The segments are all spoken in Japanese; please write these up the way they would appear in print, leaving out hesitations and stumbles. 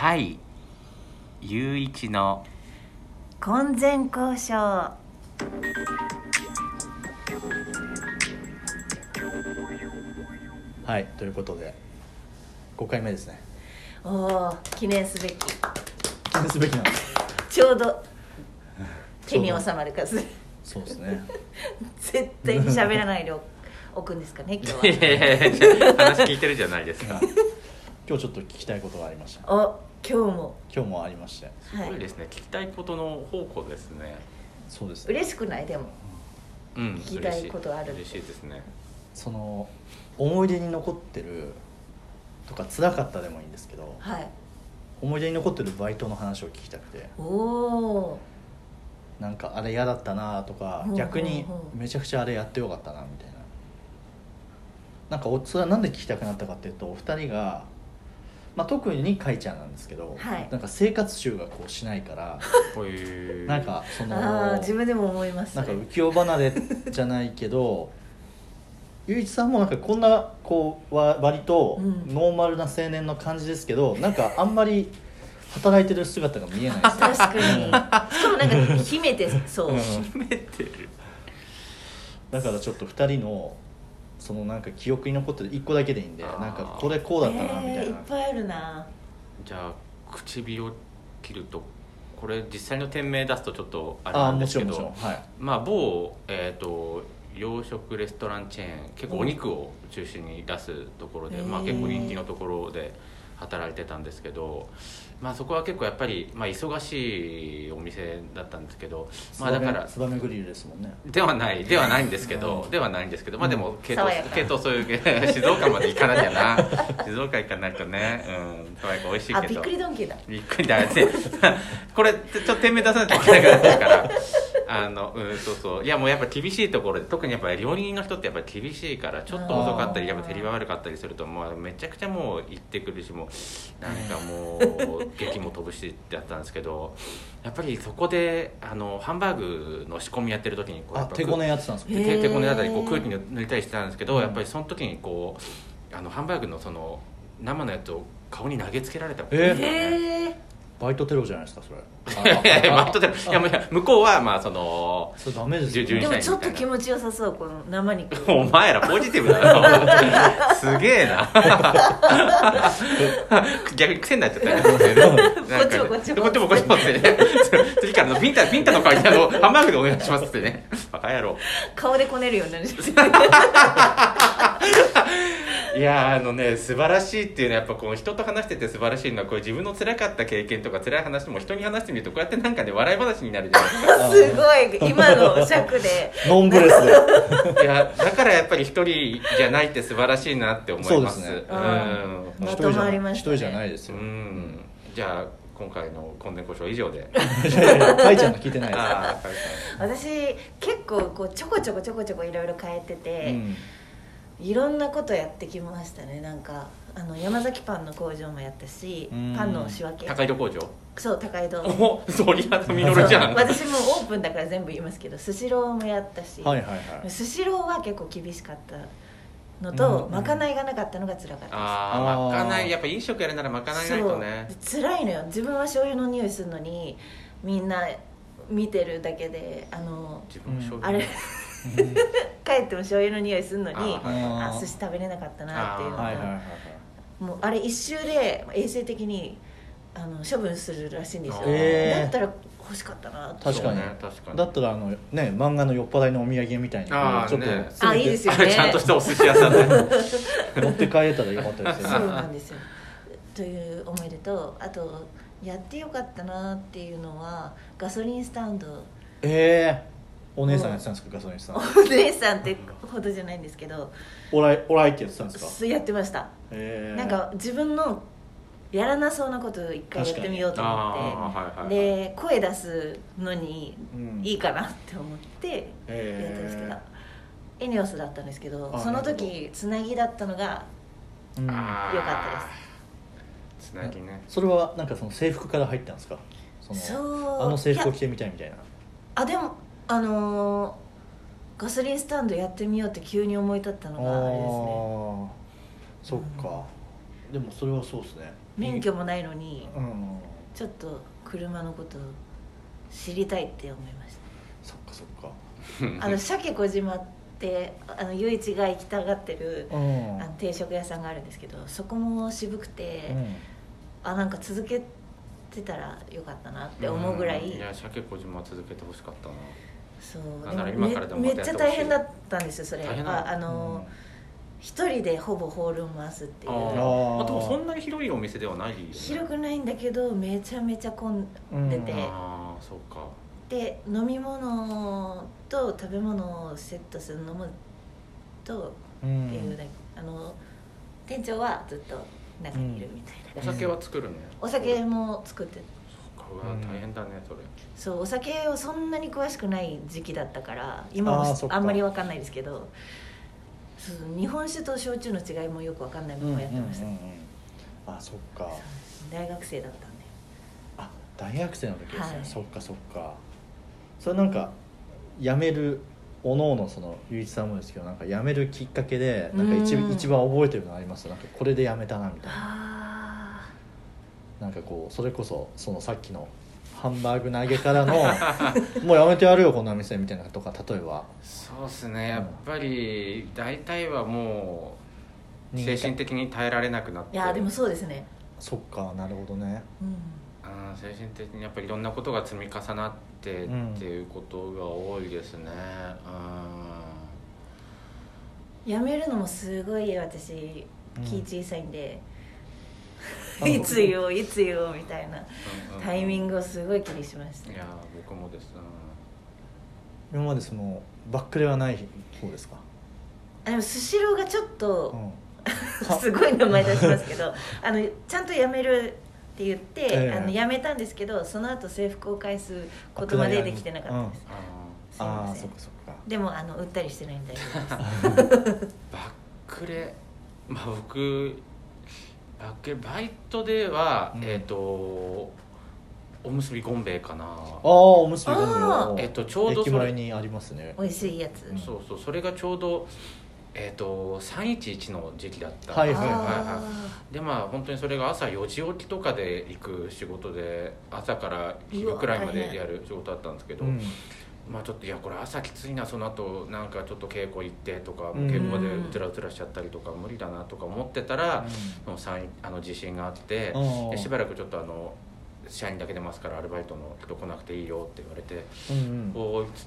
甲斐雄一の婚前交渉。 はい、ということで5回目ですね。 おお、記念すべき。 記念すべきなんです。 ちょうど手に収まる数。 そうですね。 絶対に喋らないでおくんですかね、今日は。 いや話聞いてるじゃないですか。 今日ちょっと聞きたいことがありました。 お、今日もありまして。 すごいですね、聞きたいことの宝庫ですね。 そうですね。 嬉しくない？でも、聞きたいことある。 嬉しいですね。 その思い出に残ってるとか辛かったでもいいんですけど、 はい、 思い出に残ってるバイトの話を聞きたくて。 おお。 なんかあれ嫌だったなとか、逆にめちゃくちゃあれやってよかったなみたいな。なんかそれはなんで聞きたくなったかっていうと、お二人が、特にかいちゃんなんですけど、 はい、 なんか生活習がこうしないからなんかその自分でも思います、 なんか浮世離れじゃないけどゆういちさんもなんかこんなこう割とノーマルな青年の感じですけど、なんかあんまり働いてる姿が見えないですね。 確かに。しかもなんか秘めてそう、 秘めてる。 だからちょっと2人のそのなんか記憶に残ってる1個だけでいいんで、なんかこれこうだったなみたいな。 いっぱいあるな。 じゃあ唇を切ると、これ実際の店名出すとちょっとあれなんですけど、 もちろん、はい、 某洋食レストランチェーン、結構お肉を中心に出すところで、結構人気のところで働いてたんですけど、そこは結構やっぱり、忙しいお店だったんですけど、だからツバメグリルですもんね。 ではないんですけど、でも系統そういう静岡まで行かなきゃな。静岡行かないとね、爽やか美味しいけど。 びっくりドンキーだ。 びっくりだね。これちょっと店名出さないといけなくなってるからそういやもうやっぱ厳しいところで、特にやっぱり料理人の人ってやっぱり厳しいから、ちょっと遅かったりやっぱ照りが悪かったりすると、もうめちゃくちゃもう行ってくるし、もうなんかもう激も飛ぶしってやったんですけど、やっぱりそこでハンバーグの仕込みやってる時にこうやっぱ手こねやってたんですか。 手こねだったりこう空気に塗りたりしてたんですけど、やっぱりその時にこうハンバーグのその生のやつを顔に投げつけられたことですよね。 バイトテロじゃないですかそれ。 バイトテロ。いや向こうはそのそれダメですよ。 でもちょっと気持ちよさそう、この生肉。 お前らポジティブだな。すげえな。逆に癖になっちゃったね。 こっちもってね。次からビンタの代わりにハンバーグでお願いしますってね。バカ野郎。 顔でこねるようになる。 いや素晴らしいっていうのはやっぱこう人と話してて素晴らしいのは、こう自分の辛かった経験とか辛い話も人に話してみると、こうやってなんかね笑い話になるじゃないですか。 すごい今の尺でノンブレスで。 いやだからやっぱり一人じゃないって素晴らしいなって思います。 そうですね。 まとまりましたね。 一人じゃないですよ。 じゃあ今回の婚前交渉は以上で。 かいちゃんが聞いてないです。 私結構こうちょこちょこいろいろ変えてて、いろんなことやってきましたね。なんか山崎パンの工場もやったし、パンの仕分け、 高井戸工場。 そう、高井戸。 お、ソリアとミノルじゃん。 私もオープンだから全部言いますけど、スシローもやったし、スシローは結構厳しかったのと、まかないがなかったのが辛かったです。 まかない、やっぱ飲食やるならまかないないとね。 辛いのよ。自分は醤油の匂いするのに、みんな見てるだけで自分の醤油あれ帰っても醤油の匂いするのに、寿司食べれなかったなっていうのが、もうあれ一周で衛生的に処分するらしいんですよ。だったら欲しかったなって。 確かにだったら漫画の酔っ払いのお土産みたいにちょっといいですよね。 ちゃんとしたお寿司屋さんで持って帰れたらよかったですよね。 そうなんですよ。という思い出と、あとやってよかったなっていうのはガソリンスタンド。 お姉さんやってたんですか、ガソリンスタンド。 お姉さんってほどじゃないんですけど、 オライってやってたんですか。 やってました。なんか自分のやらなそうなことを一回やってみようと思って、で声出すのにいいかなって思ってやったんですけど、エネオスだったんですけど、その時つなぎだったのが良かったです。 つなぎね。 それはなんかその制服から入ったんですか。制服を着てみたいみたいな。 でもガソリンスタンドやってみようって急に思い立ったのがあれですね。 そっか。でもそれはそうですね。 免許もないのに、ちょっと車のことを知りたいって思いました。 そっか鮭小島って雄一が行きたがってる定食屋さんがあるんですけど、そこも渋くて、なんか続けてたらよかったなって思うぐらい、 いや鮭小島は続けてほしかったな。 そうなんなら今からでもめっちゃ大変だったんですよそれ。 大変な一人でほぼホールを回すっていう。 でもそんなに広いお店ではないよね。 広くないんだけどめちゃめちゃ混んでて、 そうか。 で飲み物と食べ物をセットするのもとっていうだけ、店長はずっと中にいるみたいな。 お酒は作るの？ お酒も作ってる。 そうか、大変だねそれ。 そう、お酒をそんなに詳しくない時期だったから今もあんまり分かんないですけど、そう日本酒と焼酎の違いもよく分かんないままやってました。 そっか。 大学生だったんで。 大学生の時ですね、 はい、 そっか。それなんか辞めるおのおのそのゆういちさんもですけど、なんか辞めるきっかけでなんか一番覚えてるのあります？なんかこれで辞めたなみたいな。なんかこうそれこそそのさっきのハンバーグ投げからのもうやめてやるよこんな店みたいなとか、例えば。 そうですね、やっぱり大体はもう精神的に耐えられなくなって。 いやでもそうですね。 そっか、なるほどね。 精神的にやっぱりいろんなことが積み重なってっていうことが多いですね。 辞めるのもすごい私気小さいんで、いつ言おうみたいなタイミングをすごい気にしました。 いや僕もです。 今までそのバックレはない方ですか？ でもスシローがちょっと、すごい名前出しますけどちゃんと辞めるって言って、辞めたんですけど、その後制服を返すことまでできてなかったです。すいません。でも売ったりしてないんで大丈夫です。 バックレ、僕バイトでは、おむすびゴンベイかな。 おむすびゴンベイ、 ちょうど駅前にありますね。 美味しいやつ。 そうそれがちょうど311の時期だった。で本当にそれが朝4時起きとかで行く仕事で、朝から昼くらいまでやる仕事だったんですけど、ちょっとこれ朝きついな、その後なんかちょっと稽古行ってとか、稽古場でうつらうつらしちゃったりとか無理だなとか思ってたら、地震があって、しばらくちょっと社員だけ出ますからアルバイトの人来なくていいよって言われて、おーいっつって、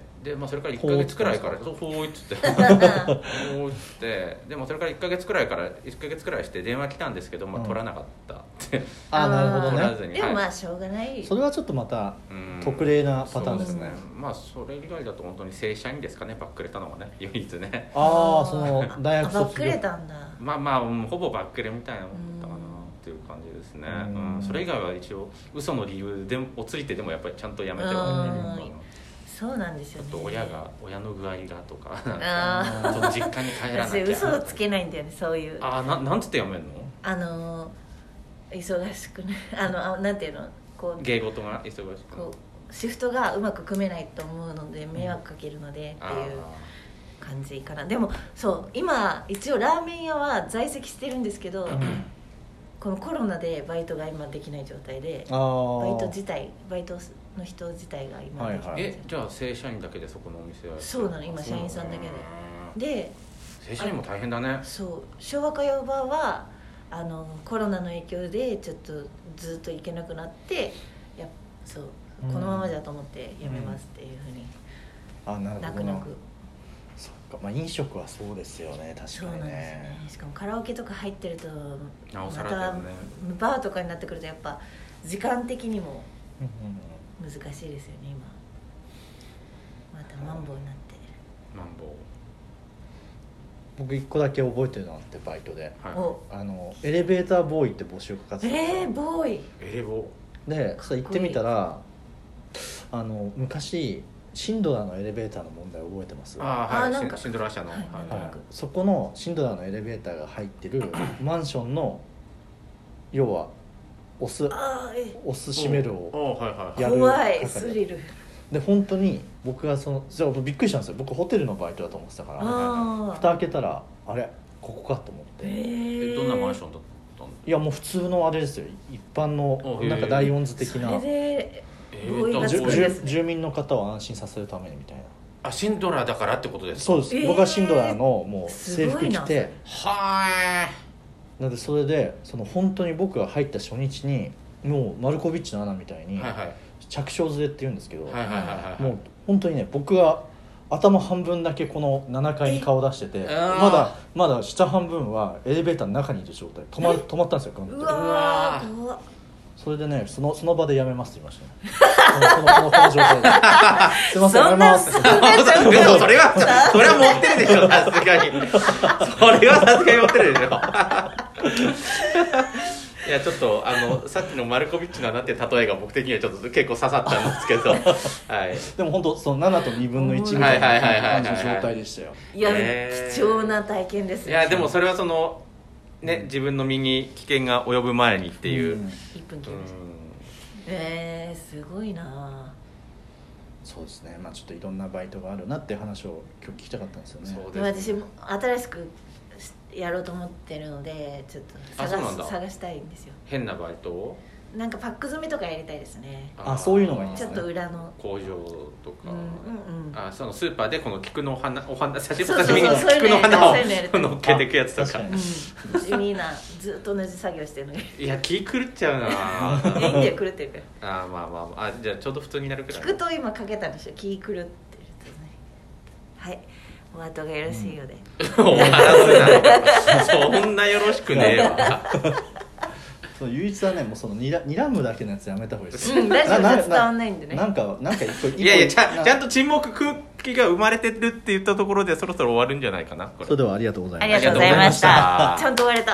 でそれから1ヶ月くらいからほーいっつってほーいっつって、でもそれから1ヶ月くらいして電話来たんですけど、取らなかったってなるほどね。 取らずに。でもしょうがない。 それはちょっとまた特例なパターンですね。 それ以外だと本当に正社員ですかね、バックレたのはね、唯一ね。 その大学卒業バックレたんだ。 ほぼバックレみたいなもんだったかなっていう感じですね。それ以外は一応嘘の理由をついてでもやっぱりちゃんとやめてはみる。 そうなんですよね。 ちょっと親の具合がとか、その実家に帰らなきゃ。 私嘘をつけないんだよね、そういう。 なんつって読めんの？ 忙しくね、なんていうの、 芸事が忙しく、 シフトがうまく組めないと思うので迷惑かけるのでっていう感じかな。でもそう今一応ラーメン屋は在籍してるんですけど、このコロナでバイトが今できない状態で、バイトの人自体が今できない。 じゃあ正社員だけでそこのお店は？ そうなの、今社員さんだけで。 正社員も大変だね。 そう、昭和歌謡バーはコロナの影響でちょっとずっと行けなくなって、そうこのままじゃと思って辞めますっていうふうに、泣く泣く。 そっか、飲食はそうですよね、確かにね。 そうなんですね。しかもカラオケとか入ってるとまたバーとかになってくるとやっぱ時間的にも難しいですよね。今またマンボウになって。 マンボウ。 僕1個だけ覚えてるのがあって、バイトで、エレベーターボーイって募集かかってた。 ボーイで行ってみたら、昔シンドラのエレベーターの問題覚えてます？ シンドラ社の、 そこのシンドラのエレベーターが入ってるマンションの要は押す閉めるをやる係。 怖い、スリルで本当に僕がびっくりしたんですよ。僕ホテルのバイトだと思ってたから、蓋開けたらあれここかと思って。 どんなマンションだったの？ いやもう普通のあれですよ、一般のなんかライオンズ的な、 それで住民の方を安心させるためにみたいな。 あ、シンドラーだからってことですか？ そうです、僕はシンドラーのもう制服着て、 はーなんでそれで本当に僕が入った初日にもうマルコビッチのアナみたいに着床ずれって言うんですけど、もう本当にね、僕が頭半分だけこの7階に顔出してて、まだ下半分はエレベーターの中にいる状態、止まったんですよ。 うわそれでね、その場でやめますって言いましたね。この状態ですいません、やめますそれは持ってるでしょ、さすがに。それはさすがに持ってるでしょ。いやちょっとさっきのマルコビッチのなって例えが僕的にはちょっと結構刺さったんですけど、はい、 でも本当その7と2分の1みたいな感じの状態でしたよ。 いや、貴重な体験ですね。 いやでもそれはね、自分の身に危険が及ぶ前にっていう、 1分切りました。すごいな。 そうですね、まあちょっといろんなバイトがあるなっていう話を今日聞きたかったんですよね。 そうですね、 私も新しくやろうと思ってるので、ちょっと探したいんですよ。 変なバイトをなんかパック詰めとかやりたいですね。 そういうのがいいですね。 ちょっと裏の工場とか、そのスーパーでこの菊の花写真刺身に菊の花を乗っけていくやつとか、 地味なずっと同じ作業してるのにいや気狂っちゃうな。 いいんだよ、狂ってるかまら。 あじゃあちょうど普通になるくらい。 菊と今かけたんでしょ、気狂ってるとね。はい、お後がよろしいようで。 終わらすな。そんなよろしくねえわ。 唯一はね、もう睨むだけのやつやめた方がいいです。 ラジオじゃ伝わんないんでね。 なんか一個いやちゃんと沈黙空気が生まれてるって言ったところでそろそろ終わるんじゃないかな。 それではありがとうございました。 ありがとうございました。ちゃんと終われた。